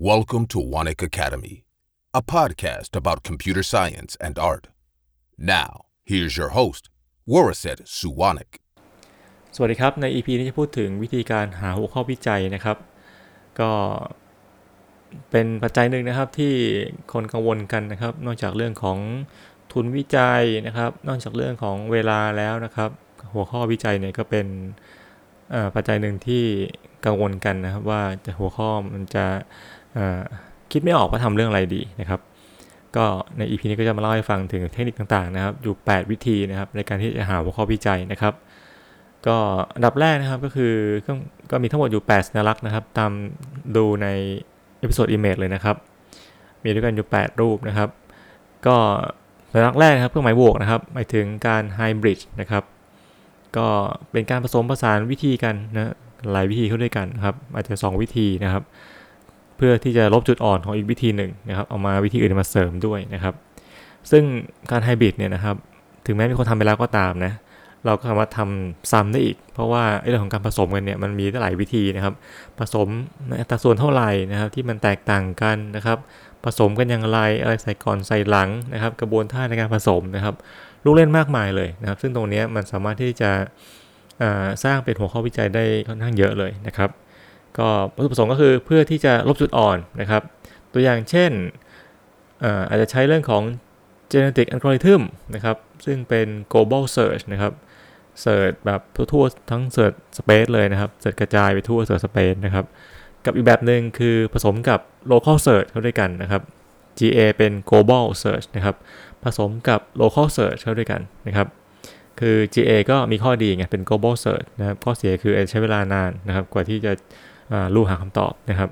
Welcome to Wanik Academy, a podcast about computer science and art. Now, here's your host, Waraset Suwanik. สวัสดีครับใน EP นี้จะพูดถึงวิธีการหาหัวข้อวิจัยนะครับก็เป็นปัจจัยหนึ่งนะครับที่คนกังวลกันนะครับนอกจากเรื่องของทุนวิจัยนะครับนอกจากเรื่องของเวลาแล้วนะครับหัวข้อวิจัยเนี่ยก็เป็นปัจจัยหนึ่งที่กังวลกันนะครับว่าจะหัวข้อมันจะคิดไม่ออกว่าทำเรื่องอะไรดีนะครับก็ใน EP นี้ก็จะมาเล่าให้ฟังถึงเทคนิคต่างๆนะครับอยู่8วิธีนะครับในการที่จะหาหัวข้อวิจัยนะครับก็อันดับแรกนะครับก็คือก็มีทั้งหมดอยู่8สัญลักษณ์นะครับตามดูในเอพิโซด image เลยนะครับมีด้วยกันอยู่8รูปนะครับก็สัญลักษณ์แรกนะครับเครื่องหมายบวกนะครับหมายถึงการไฮบริดนะครับก็เป็นการผสมผสานวิธีกันนะหลายวิธีเข้าด้วยกันนะครับอาจจะ2วิธีนะครับเพื่อที่จะลบจุดอ่อนของอีกวิธีหนึ่งนะครับเอามาวิธีอื่นมาเสริมด้วยนะครับซึ่งการไฮบริดเนี่ยนะครับถึงแม้มีคนทำไปแล้วก็ตามนะเราก็สามารถทำซ้ำได้อีกเพราะว่าเรื่องของการผสมกันเนี่ยมันมีหลายวิธีนะครับผสมในอัตราส่วนเท่าไหร่นะครับที่มันแตกต่างกันนะครับผสมกันอย่างไรอะไรใส่ก่อนใส่หลังนะครับกระบวนท่าในการผสมนะครับลูกเล่นมากมายเลยนะครับซึ่งตรงนี้มันสามารถที่จะสร้างเป็นหัวข้อวิจัยได้ค่อนข้างเยอะเลยนะครับก็วัตถุประสงค์ก็คือเพื่อที่จะลบจุดอ่อนนะครับตัวอย่างเช่นอาจจะใช้เรื่องของ genetic algorithm นะครับซึ่งเป็น global search นะครับเสิร์ชแบบทั่วๆทั้งเสิร์ชสเปซเลยนะครับเสิร์ชกระจายไปทั่วเสิร์ชสเปซนะครับกับอีกแบบนึงคือผสมกับ local search เข้าด้วยกันนะครับ GA เป็น global search นะครับผสมกับ local search เข้าด้วยกันนะครับคือ GA ก็มีข้อดีไงเป็น global search นะครับข้อเสียคือใช้เวลานานนะครับกว่าที่จะรู้หาคำตอบนะครับ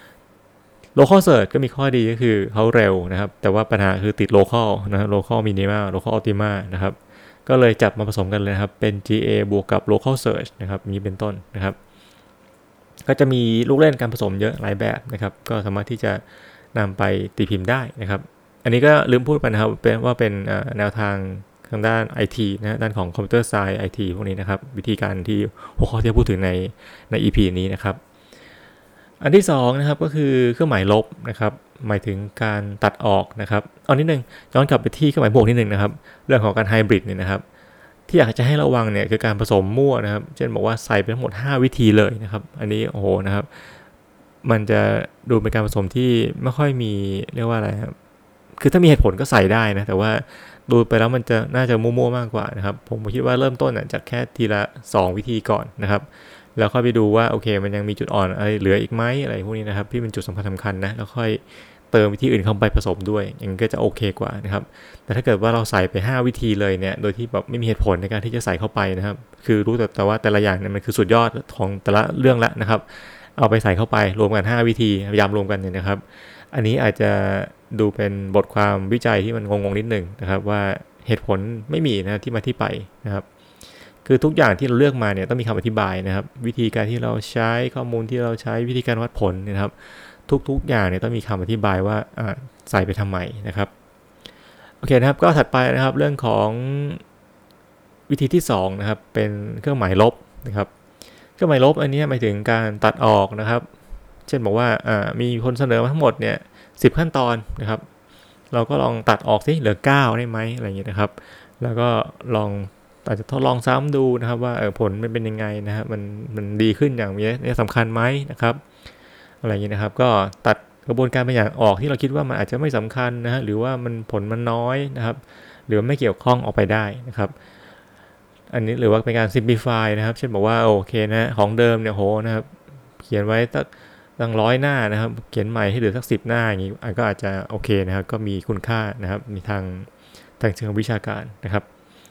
local search ก็มีข้อดีก็คือเขาเร็วนะครับแต่ว่าปัญหาคือติด local นะ local minima local optima นะครับก็เลยจับมาผสมกันเลยครับเป็น GA บวกกับ local search นะครับมีเป็นต้นนะครับก็จะมีลูกเล่นการผสมเยอะหลายแบบนะครับก็สามารถที่จะนำไปตีพิมพ์ได้นะครับอันนี้ก็ลืมพูดไปนะครับว่าเป็นแนวทางทางด้าน IT นะด้านของ Computer Science IT พวกนี้นะครับวิธีการที่หัวข้อที่จะพูดถึงใน EP นี้นะครับอันที่2นะครับก็คือเครื่องหมายลบนะครับหมายถึงการตัดออกนะครับเอานิดนึงย้อนกลับไปที่เครื่องหมายบวกนิดนึงนะครับเรื่องของการไฮบริดเนี่ยนะครับที่อยากจะให้ระวังเนี่ยคือการผสมมั่วนะครับเช่นบอกว่าใส่ไปทั้งหมด5วิธีเลยนะครับอันนี้โอ้โหนะครับมันจะดูเป็นการผสมที่ไม่ค่อยมีเรียกว่าอะไรครับคือถ้ามีเหตุผลก็ใส่ได้นะแต่ว่าดูไปแล้วมันจะน่าจะมั่วๆมากกว่านะครับผมคิดว่าเริ่มต้นจากแค่ทีละ2วิธีก่อนนะครับแล้วค่อยไปดูว่าโอเคมันยังมีจุดอ่อนอะไรเหลืออีกไหมอะไรพวกนี้นะครับที่เป็นจุดสำคัญนะแล้วค่อยเติมวิธีอื่นเข้าไปผสมด้วยอย่างนี้ก็จะโอเคกว่านะครับแต่ถ้าเกิดว่าเราใส่ไป5วิธีเลยเนี่ยโดยที่แบบไม่มีเหตุผลในการที่จะใส่เข้าไปนะครับคือรู้แต่ว่าแต่ละอย่างเนี่ยมันคือสุดยอดของแต่ละเรื่องละนะครับเอาไปใส่เข้าไปรวมกัน5วิธีพยายามรวมกันเนี่ยนะครับอันนี้อาจจะดูเป็นบทความวิจัยที่มันงงๆนิดนึงนะครับว่าเหตุผลไม่มีนะที่มาที่ไปนะครับคือทุกอย่างที่เราเลือกมาเนี่ยต้องมีคำอธิบายนะครับวิธีการที่เราใช้ข้อมูลที่เราใช้วิธีการวัดผลนะครับทุกอย่างเนี่ยต้องมีคำอธิบายว่าใส่ไปทำไมนะครับโอเคนะครับก็ถัดไปนะครับเรื่องของวิธีที่2นะครับเป็นเครื่องหมายลบนะครับเครื่องหมายลบอันนี้หมายถึงการตัดออกนะครับเช่นบอกว่ามีคนเสนอมาทั้งหมดเนี่ย10ขั้นตอนนะครับเราก็ลองตัดออกสิเหลือ9ได้ไหมอะไรอย่างเงี้ยนะครับแล้วก็ลองอาจจะทดลองซ้ำดูนะครับว่าผลมันเป็นยังไงนะครับมันดีขึ้นอย่างนี้สำคัญไหมนะครับอะไรอย่างนี้นะครับก็ตัดกระบวนการบางอย่างออกที่เราคิดว่ามันอาจจะไม่สำคัญนะฮะหรือว่ามันผลมันน้อยนะครับหรือไม่เกี่ยวข้องออกไปได้นะครับอันนี้หรือว่าเป็นการ simplify นะครับเช่นบอกว่าโอเคนะของเดิมเนี่ยโหนะครับเขียนไว้ตั้ง100 หน้านะครับเขียนใหม่ให้เหลือสัก10 หน้าอย่างนี้ก็อาจจะโอเคนะครับก็มีคุณค่านะครับมีทางเชิงวิชาการนะครับ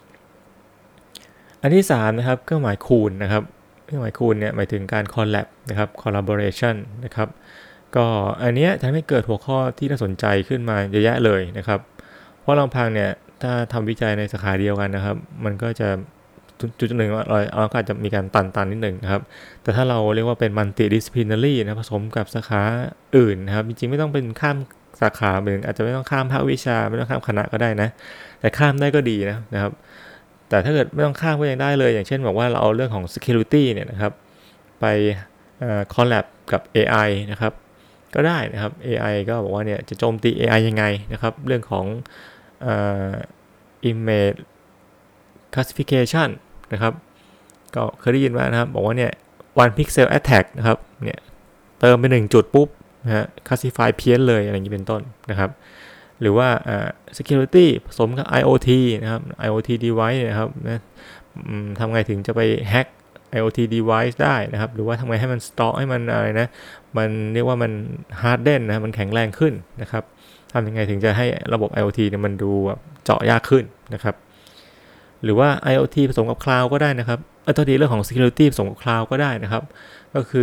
อันที่3นะครับเครื่องหมายคูณนะครับเครื่องหมายคูณเนี่ยหมายถึงการ collab นะครับ collaboration นะครับก็อันนี้ทำให้เกิดหัวข้อที่น่าสนใจขึ้นมาเยอะแยะเลยนะครับเพราะลำพังเนี่ยถ้าทำวิจัยในสาขาเดียวกันนะครับมันก็จะจุดหนึ่งเราก็อาจจะมีการตันนิดหนึ่งนะครับแต่ถ้าเราเรียกว่าเป็น multidisciplinary นะผสมกับสาขาอื่นนะครับจริงๆไม่ต้องเป็นข้ามสาขาเหมือนอาจจะไม่ต้องข้ามภาควิชาไม่ต้องข้ามคณะก็ได้นะแต่ข้ามได้ก็ดีนะครับแต่ถ้าเกิดไม่ต้องข้ามก็ยังได้เลยอย่างเช่นบอกว่าเราเอาเรื่องของ security เนี่ยนะครับไปcollab กับ AI นะครับก็ได้นะครับ AI ก็บอกว่าเนี่ยจะโจมตี AI ยังไงนะครับเรื่องของimage classification นะครับก็เคยได้ยินว่านะครับบอกว่าเนี่ย one pixel attack นะครับเนี่ยเติมไป1จุดปุ๊บนะฮะ classify เพี้ยนเลยอะไรอย่างนี้เป็นต้นนะครับหรือว่าsecurity ผสมกับ IoT นะครับ IoT device นะครับนะทำไงถึงจะไป hack IoT device ได้นะครับหรือว่าทำไงให้มัน strong ให้มันอะไรนะมันเรียกว่ามัน harden นะมันแข็งแรงขึ้นนะครับทำยังไงถึงจะให้ระบบ IoT เนี่ยมันดูเจาะยากขึ้นนะครับหรือว่า IoT ผสมกับ Cloud ก็ได้นะครับตัวนี้เรื่องของ security ผสมกับ Cloud ก็ได้นะครับก็คือ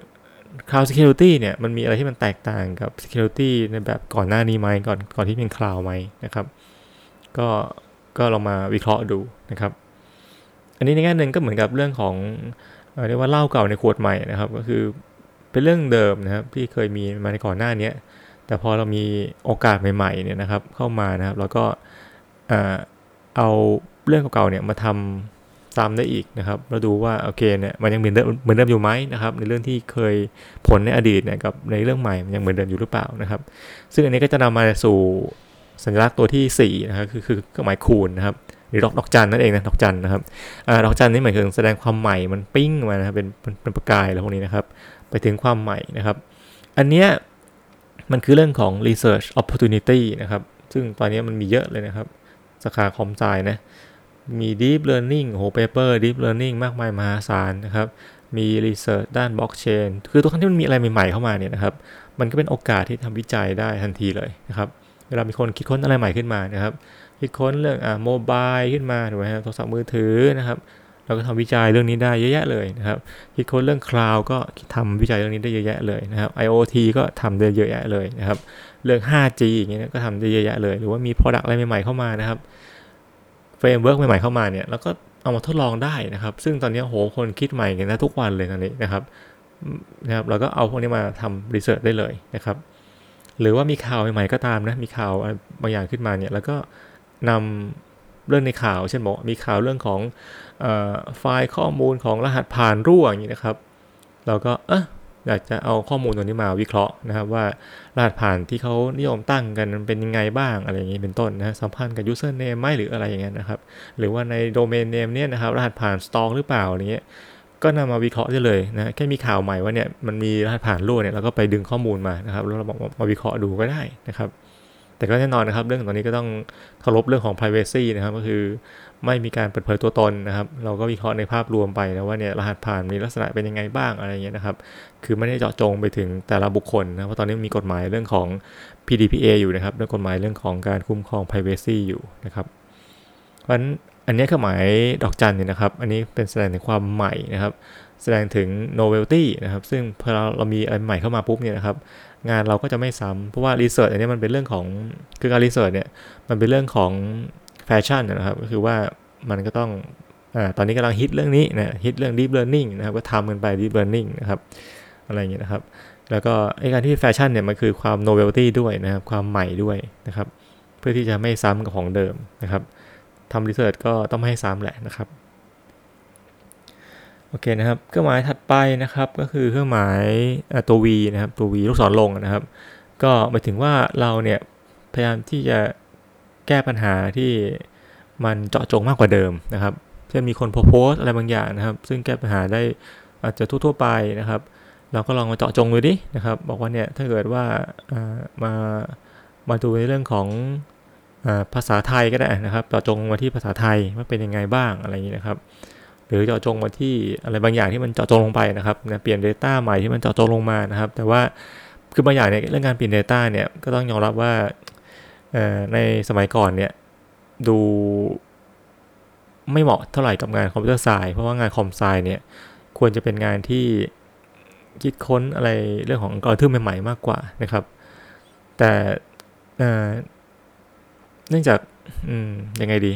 Cloud Security เนี่ยมันมีอะไรที่มันแตกต่างกับ Security ในแบบก่อนหน้านี้ไหมก่อนที่เป็น Cloud ไหมนะครับก็ลองมาวิเคราะห์ดูนะครับอันนี้ในแง่นึงก็เหมือนกับเรื่องของเรียกว่าเหล้าเก่าในขวดใหม่นะครับก็คือเป็นเรื่องเดิมนะครับที่เคยมีมาในก่อนหน้านี้แต่พอเรามีโอกาสใหม่ๆเนี่ยนะครับเข้ามานะครับแล้วก็เอาเรื่องเก่าๆเนี่ยมาทำตามได้อีกนะครับเราดูว่าโอเคเนี่ยมันยังเหมือนเดิมอยู่ไหมนะครับในเรื่องที่เคยผลในอดีตเนี่ยกับในเรื่องใหม่มันยังเหมือนเดิมอยู่หรือเปล่านะครับซึ่งอันนี้ก็จะนำมาสู่สัญลักษณ์ตัวที่4นะครับคือเครื่องหมายคูณนะครับหรือดอกจันนั่นเองนะดอกจันนะครับดอกจันนี่หมายถึงแสดงความใหม่มันปิ้งมานะครับเป็นประกายอะไรพวกนี้นะครับไปถึงความใหม่นะครับอันเนี้ยมันคือเรื่องของ research opportunity นะครับซึ่งตอนนี้มันมีเยอะเลยนะครับสาขาคอมไซนะมี deep learning โห paper deep learning มากมายมหาศาลนะครับมี research ด้าน blockchain คือทุกครั้งที่มันมีอะไรใหม่ๆเข้ามาเนี่ยนะครับมันก็เป็นโอกาสที่ทำวิจัยได้ทันทีเลยนะครับเวลามีคนคิดค้นอะไรใหม่ขึ้นมานะครับคิดค้นเรื่องโมบายขึ้นมาถูกไหมครับโทรศัพท์มือถือนะครับเราก็ทำวิจัยเรื่องนี้ได้เยอะแยะเลยนะครับคิดค้นเรื่อง cloud ก็ทำวิจัยเรื่องนี้ได้เยอะแยะเลยนะครับ IoT ก็ทำได้เยอะแยะเลยนะครับเรื่อง 5G อย่างเงี้ยก็ทำได้เยอะแยะเลยหรือว่ามี product อะไรใหม่ๆเข้ามานะครับเฟรมเวิร์กใหม่ๆเข้ามาเนี่ยแล้วก็เอามาทดลองได้นะครับซึ่งตอนนี้โหคนคิดใหม่กันนะทุกวันเลยตอนนี้นะครับเราก็เอาพวกนี้มาทำรีเสิร์ชได้เลยนะครับหรือว่ามีข่าวใหม่ๆก็ตามนะมีข่าวบางอย่างขึ้นมาเนี่ยแล้วก็นำเรื่องในข่าวเช่นบอกมีข่าวเรื่องของไฟล์ข้อมูลของรหัสผ่านรั่วอย่างนี้นะครับเราก็อยากจะเอาข้อมูลตรงนี้มาวิเคราะห์นะครับว่ารหัสผ่านที่เขานิยมตั้งกันมันเป็นยังไงบ้างอะไรอย่างนี้เป็นต้นนะสัมพันธ์กับ user name ไหมหรืออะไรอย่างเงี้ยนะครับหรือว่าใน domain name เนี่ยนะครับรหัสผ่าน strong หรือเปล่าอะไรเงี้ยก็นำมาวิเคราะห์ได้เลยนะแค่มีข่าวใหม่ว่าเนี่ยมันมีรหัสผ่านรั่วเนี่ยเราก็ไปดึงข้อมูลมานะครับแล้วเรามาวิเคราะห์ดูก็ได้นะครับแต่ก็แน่นอนนะครับเรื่องตอนนี้ก็ต้องเคารพเรื่องของ privacy นะครับก็คือไม่มีการเปิดเผยตัวตนนะครับเราก็วิเคราะห์ในภาพรวมไปนะว่าเนี่ยรหัสผ่านมีลักษณะเป็นยังไงบ้างอะไรเงี้ยนะครับคือไม่ได้เจาะจงไปถึงแต่ละบุคคลนะเพราะตอนนี้มีกฎหมายเรื่องของ PDPA อยู่นะครับเรื่องกฎหมายเรื่องของการคุ้มครอง privacy อยู่นะครับเพราะฉะนั้นอันนี้คือหมายดอกจันเนี่ยนะครับอันนี้เป็นแสดงถึงความใหม่นะครับแสดงถึง novelty นะครับซึ่งพอเรามีอะไรใหม่เข้ามาปุ๊บเนี่ยนะครับงานเราก็จะไม่ซ้ำเพราะว่า research อันนี้มันเป็นเรื่องของคือการ research เนี่ยมันเป็นเรื่องของแฟชั่นนะครับก็คือว่ามันก็ต้องตอนนี้กำลังฮิตเรื่องนี้นะฮิตเรื่อง deep learning นะครับก็ทำกันไป deep learning นะครับอะไรอย่างเงี้ยนะครับแล้วก็การที่แฟชั่นเนี่ยมันคือความ novelty ด้วยนะครับความใหม่ด้วยนะครับเพื่อที่จะไม่ซ้ำกับของเดิมนะครับทำ research ก็ต้องไม่ให้ซ้ำแหละนะครับโอเคนะครับเครื่องหมายถัดไปนะครับก็คือเครื่องหมายตัว V นะครับตัว V ลูกศรลงนะครับก็หมายถึงว่าเราเนี่ยพยายามที่จะแก้ปัญหาที่มันเจาะจงมากกว่าเดิมนะครับเช่นมีคนโพสอะไรบางอย่างนะครับซึ่งแก้ปัญหาได้อาจจะทั่วๆไปนะครับเราก็ลองมาเจาะจงดูดินะครับบอกว่าเนี่ยถ้าเกิดว่ามาดูในเรื่องของภาษาไทยก็ได้นะครับเจาะจงมาที่ภาษาไทยว่าเป็นยังไงบ้างอะไรอย่างนี้นะครับหรือเจาะจงมาที่อะไรบางอย่างที่มันเจาะจงลงไปนะครับเปลี่ยน data ใหม่ที่มันเจาะจงลงมานะครับแต่ว่าคือบางอย่างเนี่ยเรื่องการเปลี่ยน data เนี่ยก็ต้องยอมรับว่าในสมัยก่อนเนี่ยดูไม่เหมาะเท่าไหร่กับงานคอมพิวเตอร์ไซน์เพราะว่างานคอมไซน์เนี่ยควรจะเป็นงานที่คิดค้นอะไรเรื่องของอัลกอริทึมใหม่ๆมากกว่านะครับแต่เนื่องจากยังไงดี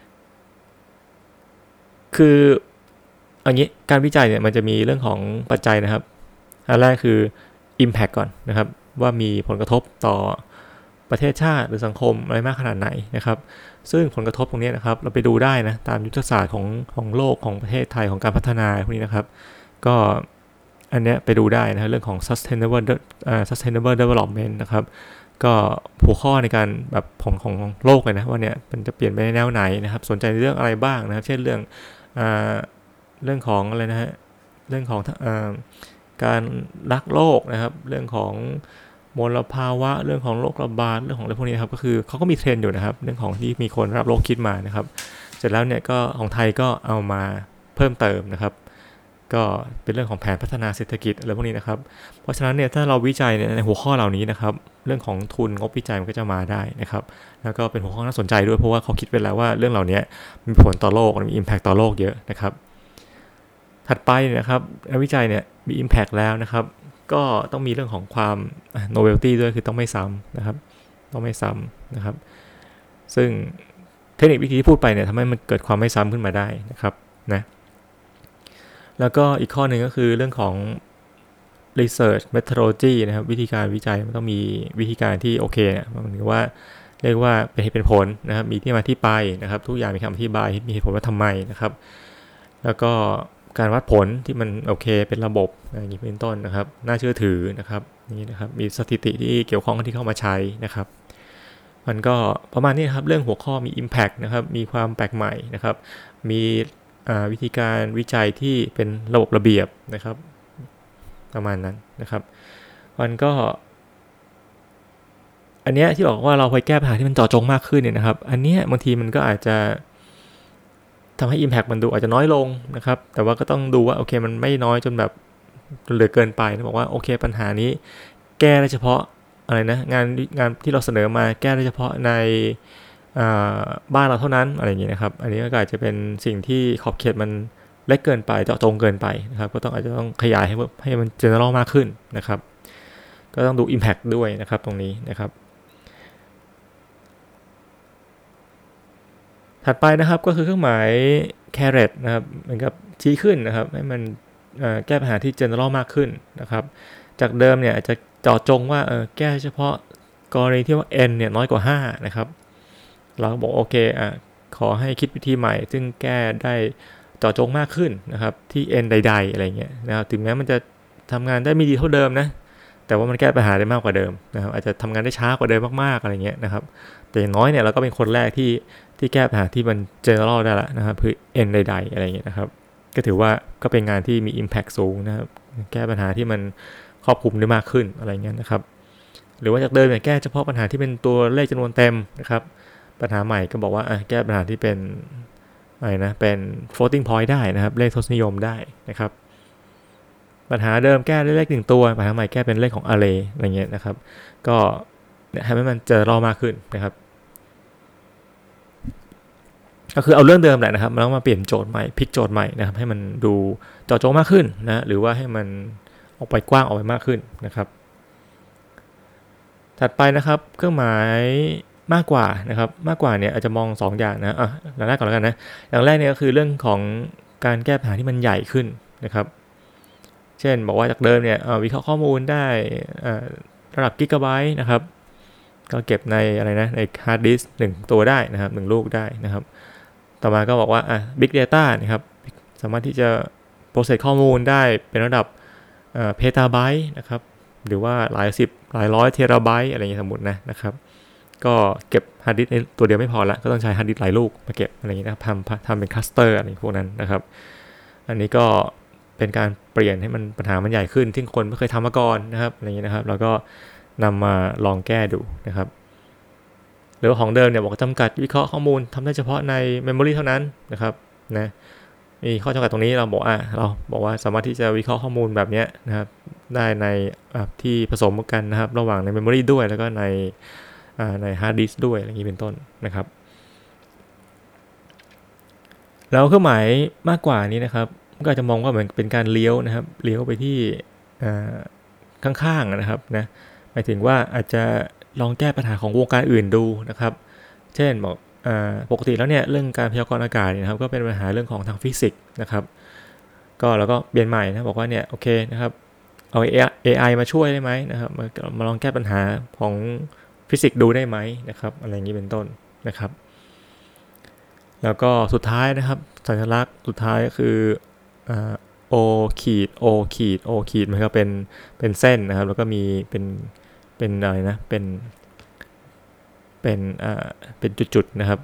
คืออันนี้การวิจัยเนี่ยมันจะมีเรื่องของปัจจัยนะครับอันแรกคือ impact ก่อนนะครับว่ามีผลกระทบต่อประเทศชาติหรือสังคมอะไรมากขนาดไหนนะครับซึ่งผลกระทบตรงนี้นะครับเราไปดูได้นะตามยุทธศาสตร์ของโลกของประเทศไทยของการพัฒนาพวกนี้นะครับก็อันเนี้ยไปดูได้นะเรื่องของ sustainable development นะครับก็หัวข้อในการแบบของโลกเลยนะว่าเนี่ยมันจะเปลี่ยนไปในแนวไหนนะครับสนใจในเรื่องอะไรบ้างนะครับเช่นเรื่องของอะไรนะฮะเรื่องของการรักโลกนะครับเรื่องของมลภาวะเรื่องของโรคระบาดเรื่องของอะไรพวกนี้นะครับก็คือเขาก็มีเทรนด์อยู่นะครับเรื่องของที่มีคนรับโลกคิดมานะครับเสร็จแล้วเนี่ยก็ของไทยก็เอามาเพิ่มเติมนะครับก็เป็นเรื่องของแผนพัฒนาเศรษฐกิจอะไรพวกนี้นะครับเพราะฉะนั้นเนี่ยถ้าเราวิจัยในหัวข้อเหล่านี้นะครับเรื่องของทุนงบวิจัยมันก็จะมาได้นะครับแล้วก็เป็นหัวข้อน่าสนใจด้วยเพราะว่าเขาคิดไว้แล้วว่าเรื่องเหล่านี้มีผลต่อโลกมี impact ต่อโลกเยอะนะครับถัดไปนะครับงานวิจัยเนี่ยมี impact แล้วนะครับก็ต้องมีเรื่องของความ novelty ด้วยคือต้องไม่ซ้ำนะครับต้องไม่ซ้ำนะครับซึ่งเทคนิควิธีที่พูดไปเนี่ยทำให้มันเกิดความไม่ซ้ำขึ้นมาได้นะครับนะแล้วก็อีกข้อหนึ่งก็คือเรื่องของ research methodology นะครับวิธีการวิจัยมันต้องมีวิธีการที่โอเคเนี่ยหมายถึงว่าเรียกว่าเป็นเหตุเป็นผลนะครับมีที่มาที่ไปนะครับทุกอย่างมีคำอธิบายมีเหตุผลว่าทำไมนะครับแล้วก็การวัดผลที่มันโอเคเป็นระบบอย่างนี้เป็นต้นนะครับน่าเชื่อถือนะครับนี่นะครับมีสถิติที่เกี่ยวข้องที่เข้ามาใช้นะครับมันก็ประมาณนี้ครับเรื่องหัวข้อมี impact นะครับมีความแปลกใหม่นะครับมีวิธีการวิจัยที่เป็นระบบระเบียบนะครับประมาณนั้นนะครับมันก็อันเนี้ยที่บอกว่าเราไปแก้ปัญหาที่มันเจาะจงมากขึ้นเนี่ยนะครับอันเนี้ยบางทีมันก็อาจจะทำให้ impact มันดูอาจจะน้อยลงนะครับแต่ว่าก็ต้องดูว่าโอเคมันไม่น้อยจนแบบเหลือเกินไปนะบอกว่าโอเคปัญหานี้แก้ได้เฉพาะอะไรนะงานที่เราเสนอมาแก้ได้เฉพาะในบ้านเราเท่านั้นอะไรอย่างเงี้ยนะครับอันนี้ก็อาจจะเป็นสิ่งที่ขอบเขตมันเล็กเกินไปเจาะจงเกินไปนะครับก็ต้องอาจจะต้องขยายให้มัน general มากขึ้นนะครับก็ต้องดู impact ด้วยนะครับตรงนี้นะครับถัดไปนะครับก็คือเครื่องหมาย caret นะครับเหมือนกับชี้ขึ้นนะครับให้มันแก้ปัญหาที่ general มากขึ้นนะครับจากเดิมเนี่ยอาจจะเจาะจงว่าแก้เฉพาะกรณีที่ว่า n เนี่ยน้อยกว่า5นะครับเราก็บอกโอเคขอให้คิดวิธีใหม่ซึ่งแก้ได้เจาะจงมากขึ้นนะครับที่ n ใดๆอะไรเงี้ยนะครับถึงแม้มันจะทำงานได้ไม่ดีเท่าเดิมนะแต่ว่ามันแก้ปัญหาได้มากกว่าเดิมนะครับอาจจะทำงานได้ช้ากว่าเดิมมากๆอะไรเงี้ยนะครับแต่อย่างน้อยเนี่ยเราก็เป็นคนแรกที่แก้ปัญหาที่มัน general ได้แล้วนะครับคือ n ใดๆอะไรเงี้ยนะครับก็ถือว่าก็เป็นงานที่มี impact สูงนะครับแก้ปัญหาที่มันครอบคลุมได้มากขึ้นอะไรเงี้ยนะครับหรือว่าจากเดิมเนี่ยแก้เฉพาะปัญหาที่เป็นตัวเลขจำนวนเต็มนะครับปัญหาใหม่ก็บอกว่าแก้ปัญหาที่เป็นอะไรนะเป็น floating point ได้นะครับเลขทศนิยมได้นะครับปัญหาเดิมแก้ด้วยเลข1ตัวปัญหาใหม่แก้เป็นเลขของ array อะไรเงี้ยนะครับก็ให้มันเจอรอมากขึ้นนะครับก็คือเอาเรื่องเดิมแหละนะครับแล้วมาเปลี่ยนโจทย์ใหม่พลิกโจทย์ใหม่นะครับให้มันดูเจาะจงมากขึ้นนะหรือว่าให้มันออกไปกว้างออกไปมากขึ้นนะครับถัดไปนะครับเครื่องหมายมากกว่านะครับมากกว่าเนี่ยอาจจะมอง2อย่างนะอย่างแรกก่อนแล้วกันนะอย่างแรกเนี่ยก็คือเรื่องของการแก้ปัญหาที่มันใหญ่ขึ้นนะครับเช่นบอกว่าจากเดิมเนี่ยวิเคราะห์ข้อมูลได้ระดับกิกะไบต์นะครับก็เก็บในอะไรนะในฮาร์ดดิสก์1ตัวได้นะครับ1ลูกได้นะครับต่อมาก็บอกว่าBig Data นะครับสามารถที่จะ process ข้อมูลได้เป็นระดับเพตาไบต์นะครับหรือว่าหลายร้อยเทราไบต์อะไรอย่างเงี้ยสมมุตินะครับก็เก็บฮาร์ดดิสก์ในตัวเดียวไม่พอละก็ต้องใช้ฮาร์ดดิสก์หลายลูกมาเก็บอะไรอย่างเงี้ยนะครับทำเป็นคลัสเตอร์อะไรพวกนั้นนะครับอันนี้ก็เป็นการเปลี่ยนให้มันปัญหามันใหญ่ขึ้นที่คนไม่เคยทำมาก่อนนะครับอะไรอย่างเงี้ยนะครับแล้วก็นำมาลองแก้ดูนะครับหรือของเดิมเนี่ยบอกจำกัดวิเคราะห์ข้อมูลทำได้เฉพาะในเมมโมรีเท่านั้นนะครับนะมีข้อจำกัดตรงนี้เราบอกว่าสามารถที่จะวิเคราะห์ข้อมูลแบบนี้นะครับได้ในที่ผสมกันนะครับระหว่างในเมมโมรีด้วยแล้วก็ในฮาร์ดดิสก์ด้วยอย่างนี้เป็นต้นนะครับแล้วเครื่องหมายมากกว่านี้นะครับก็จะมองว่าเหมือนเป็นการเลี้ยวนะครับเลี้ยวไปที่ข้างๆนะครับนะหมายถึงว่าอาจจะลองแก้ปัญหาของวงการอื่นดูนะครับเช่นบอกปกติแล้วเนี่ยเรื่องการพยากรณ์อากาศนะครับก็เป็นปัญหาเรื่องของทางฟิสิกส์นะครับก็แล้วก็เปลี่ยนใหม่นะบอกว่าเนี่ยโอเคนะครับเอา AI มาช่วยได้ไหมนะครับมาลองแก้ปัญหาของฟิสิกส์ดูได้ไหมนะครับอะไรอย่างนี้เป็นต้นนะครับแล้วก็สุดท้ายนะครับสัญลักษณ์สุดท้ายก็คือ O ขีด O ขีด O ขีดมันก็เป็นเส้นนะครับแล้วก็มีเป็นอะไรนะเป็นจุดๆนะครับ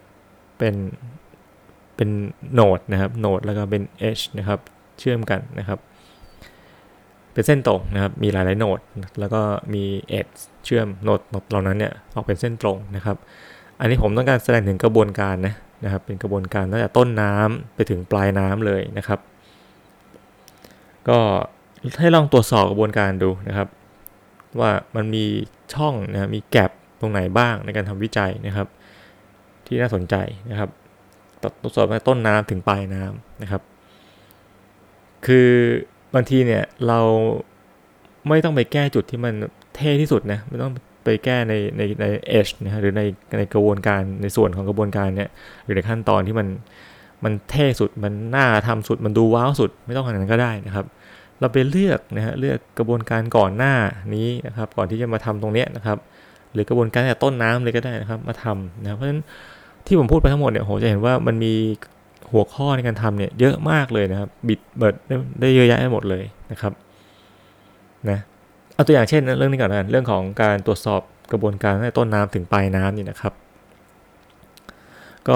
เป็นโนดนะครับโนดแล้วก็เป็น edge นะครับเชื่อมกันนะครับเป็นเส้นตรงนะครับมีหลายๆโนดแล้วก็มี edge เชื่อมโนดเหล่านั้นเนี่ยออกเป็นเส้นตรงนะครับอันนี้ผมต้องการแสดงถึงกระบวนการนะครับเป็นกระบวนการตั้งแต่ต้นน้ำไปถึงปลายน้ำเลยนะครับก็ให้ลองตรวจสอบกระบวนการดูนะครับว่ามันมีช่องนะมีแกลบตรงไหนบ้างในการทำวิจัยนะครับที่น่าสนใจนะครับตรวจสอบตั้งแต่ต้นน้ำถึงปลายน้ำนะครับคือบางทีเนี่ยเราไม่ต้องไปแก้จุดที่มันเท่ที่สุดนะไม่ต้องไปแก้ใน edge นะหรือในกระบวนการในส่วนของกระบวนการเนี่ยหรือในขั้นตอนที่มันเท่สุดมันน่าทำสุดมันดูว้าวสุดไม่ต้องขนาดนั้นก็ได้นะครับเราไปเลือกกระบวนการก่อนหน้านี้นะครับก่อนที่จะมาทำตรงเนี้ยนะครับหรือกระบวนการแต่ต้นน้ำเลยก็ได้นะครับมาทำนะเพราะฉะนั้นที่ผมพูดไปทั้งหมดเนี่ยโหจะเห็นว่ามันมีหัวข้อในการทำเนี่ยเยอะมากเลยนะครับบิดเบิร์ดได้เยอะแยะไปหมดเลยนะครับนะเอาตัวอย่างเช่นเรื่องนี้ก่อนนะเรื่องของการตรวจสอบกระบวนการตั้งแต่ต้นน้ำถึงปลายน้ำนี่นะครับก็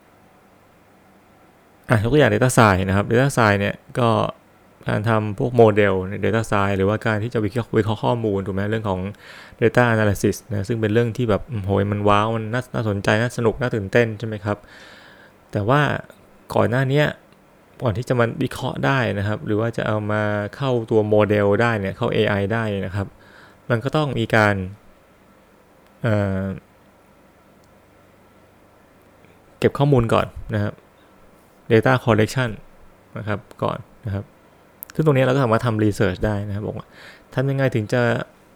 ยกตัวอย่าง Data Science นะครับ Data Science เนี่ยก็การทำพวกโมเดลใน Data Science หรือว่าการที่จะวิเคราะห์ข้อมูลถูกไหมเรื่องของ Data Analysis นะซึ่งเป็นเรื่องที่แบบโหยมันว้าวมันน่าสนใจน่าสนุกน่าตื่นเต้นใช่ไหมครับแต่ว่าก่อนหน้านี้ก่อนที่จะมาวิเคราะห์ได้นะครับหรือว่าจะเอามาเข้าตัวโมเดลได้เนี่ยเข้า AI ได้นะครับมันก็ต้องมีการเก็บข้อมูลก่อนนะครับ data collection นะครับก่อนนะครับซึ่งตรงนี้เราก็สามารถทำ research ได้นะครับบอกว่าทำยังไงถึงจะ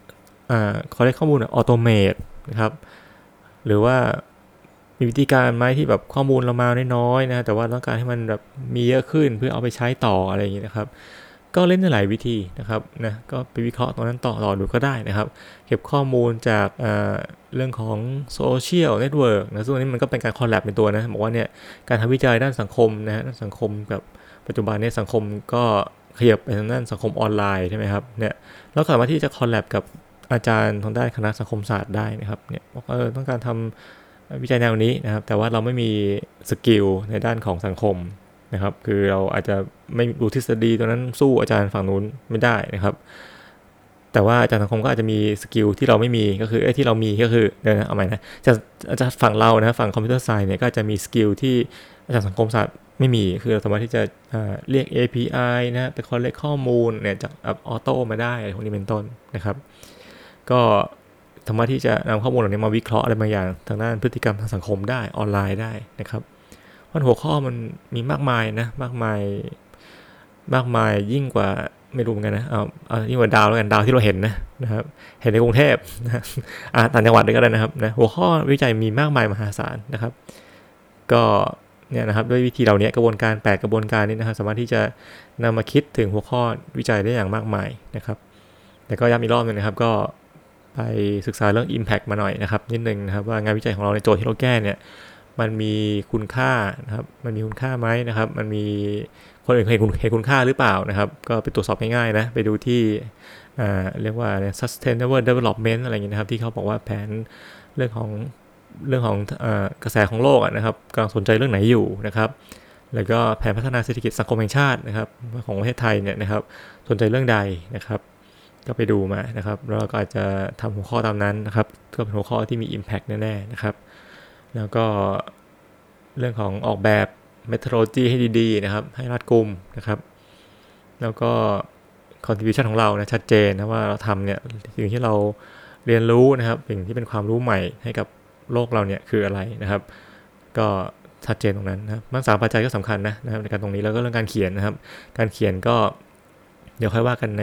collect ข้อมูลautomate นะครับหรือว่ามีวิธีการไหมที่แบบข้อมูลเรามาน้อยๆนะแต่ว่าต้องการให้มันแบบมีเยอะขึ้นเพื่อเอาไปใช้ต่ออะไรอย่างนี้นะครับก็เล่นได้หลายวิธีนะครับนะก็ไปวิเคราะห์ตรงนั้นต่อดูก็ได้นะครับเก็บข้อมูลจากเรื่องของโซเชียลเน็ตเวิร์กนะซึ่งอันนี้มันก็เป็นการคอลแลบเป็นตัวนะบอกว่าเนี่ยการทำวิจัยด้านสังคมนะด้านสังคมกับปัจจุบันนี้สังคมก็ขยับไปทางด้านสังคมออนไลน์ใช่ไหมครับเนี่ยแล้วสามารถที่จะคอลแลบกับอาจารย์ทางด้านคณะสังคมศาสตร์ได้นะครับเนี่ยบอกต้องการทำวิจัยแนวนี้นะครับแต่ว่าเราไม่มีสกิลในด้านของสังคมนะครับคือเราอาจจะไม่รู้ทฤษฎีตัวนั้นสู้อาจารย์ฝั่งนู้นไม่ได้นะครับแต่ว่าอาจารย์สังคมก็อาจจะมีสกิลที่เราไม่มีก็คือที่เรามีก็คือเดี๋ยวนะเอาใหม่นะจะฝั่งเรานะฝั่งคอมพิวเตอร์ไซน์เนี่ยก็จะมีสกิลที่อาจารย์สังคมศาสตร์ไม่มีคือเราสามารถที่จะเรียก API นะไป collect ข้อมูลเนี่ยจากออโต้มาได้พวกนี้เป็นต้นนะครับก็สามารถที่จะนำข้อมูลเหล่านี้มาวิเคราะห์อะไรบางอย่างทางด้านพฤติกรรมทางสังคมได้ออนไลน์ได้นะครับมันหัวข้อมันมีมากมายนะมากมายยิ่งกว่าไม่รู้เหมือนกันนะเอายิ่งกว่าดาวแล้วกันดาวที่เราเห็นนะครับเห็นในกรุงเทพนะต่างจังหวัดก็ได้นะครับนะหัวข้อวิจัยมีมากมายมหาศาลนะครับก็เนี่ยนะครับด้วยวิธีเหล่านี้กระบวนการ8กระบวนการนี้นะครับสามารถที่จะนำมาคิดถึงหัวข้อวิจัยได้อย่างมากมายนะครับแต่ก็ย้ำอีกรอบนึงนะครับก็ไปศึกษาเรื่อง impact มาหน่อยนะครับนิดนึงนะครับว่างานวิจัยของเราในโจทย์ที่เราแก้เนี่ยมันมีคุณค่านะครับมันมีคุณค่าไหมนะครับมันมีคนอื่นเห็นคุณค่าหรือเปล่านะครับก็ไปตรวจสอบง่ายๆนะไปดูที่เรียกว่า sustainable development อะไรอย่างเงี้ยนะครับที่เขาบอกว่าแผนเรื่องของกระแสของโลกนะครับกำลังสนใจเรื่องไหนอยู่นะครับแล้วก็แผนพัฒนาเศรษฐกิจสังคมแห่งชาตินะครับของประเทศไทยเนี่ยนะครับสนใจเรื่องใดนะครับก็ไปดูมานะครับแล้วเราก็อาจจะทำหัวข้อตามนั้นนะครับก็เป็นหัวข้อที่มี impact แน่ๆนะครับแล้วก็เรื่องของออกแบบ methodology ให้ดีๆนะครับให้รัดกุมนะครับแล้วก็ contribution ของเรานะชัดเจนนะว่าเราทำเนี่ยสิ่งที่เราเรียนรู้นะครับสิ่งที่เป็นความรู้ใหม่ให้กับโลกเราเนี่ยคืออะไรนะครับก็ชัดเจนตรงนั้นนะครับมัน3ปัจจัยก็สำคัญนะครับในการตรงนี้แล้วก็เรื่องการเขียนนะครับการเขียนก็เดี๋ยวค่อยว่ากันใน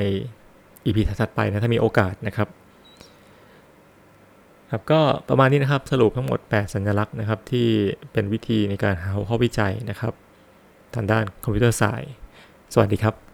EP ถัดไปนะถ้ามีโอกาสนะครับครับก็ประมาณนี้นะครับสรุปทั้งหมด8สัญลักษณ์นะครับที่เป็นวิธีในการหาข้อวิจัยนะครับทางด้านคอมพิวเตอร์ไซน์สวัสดีครับ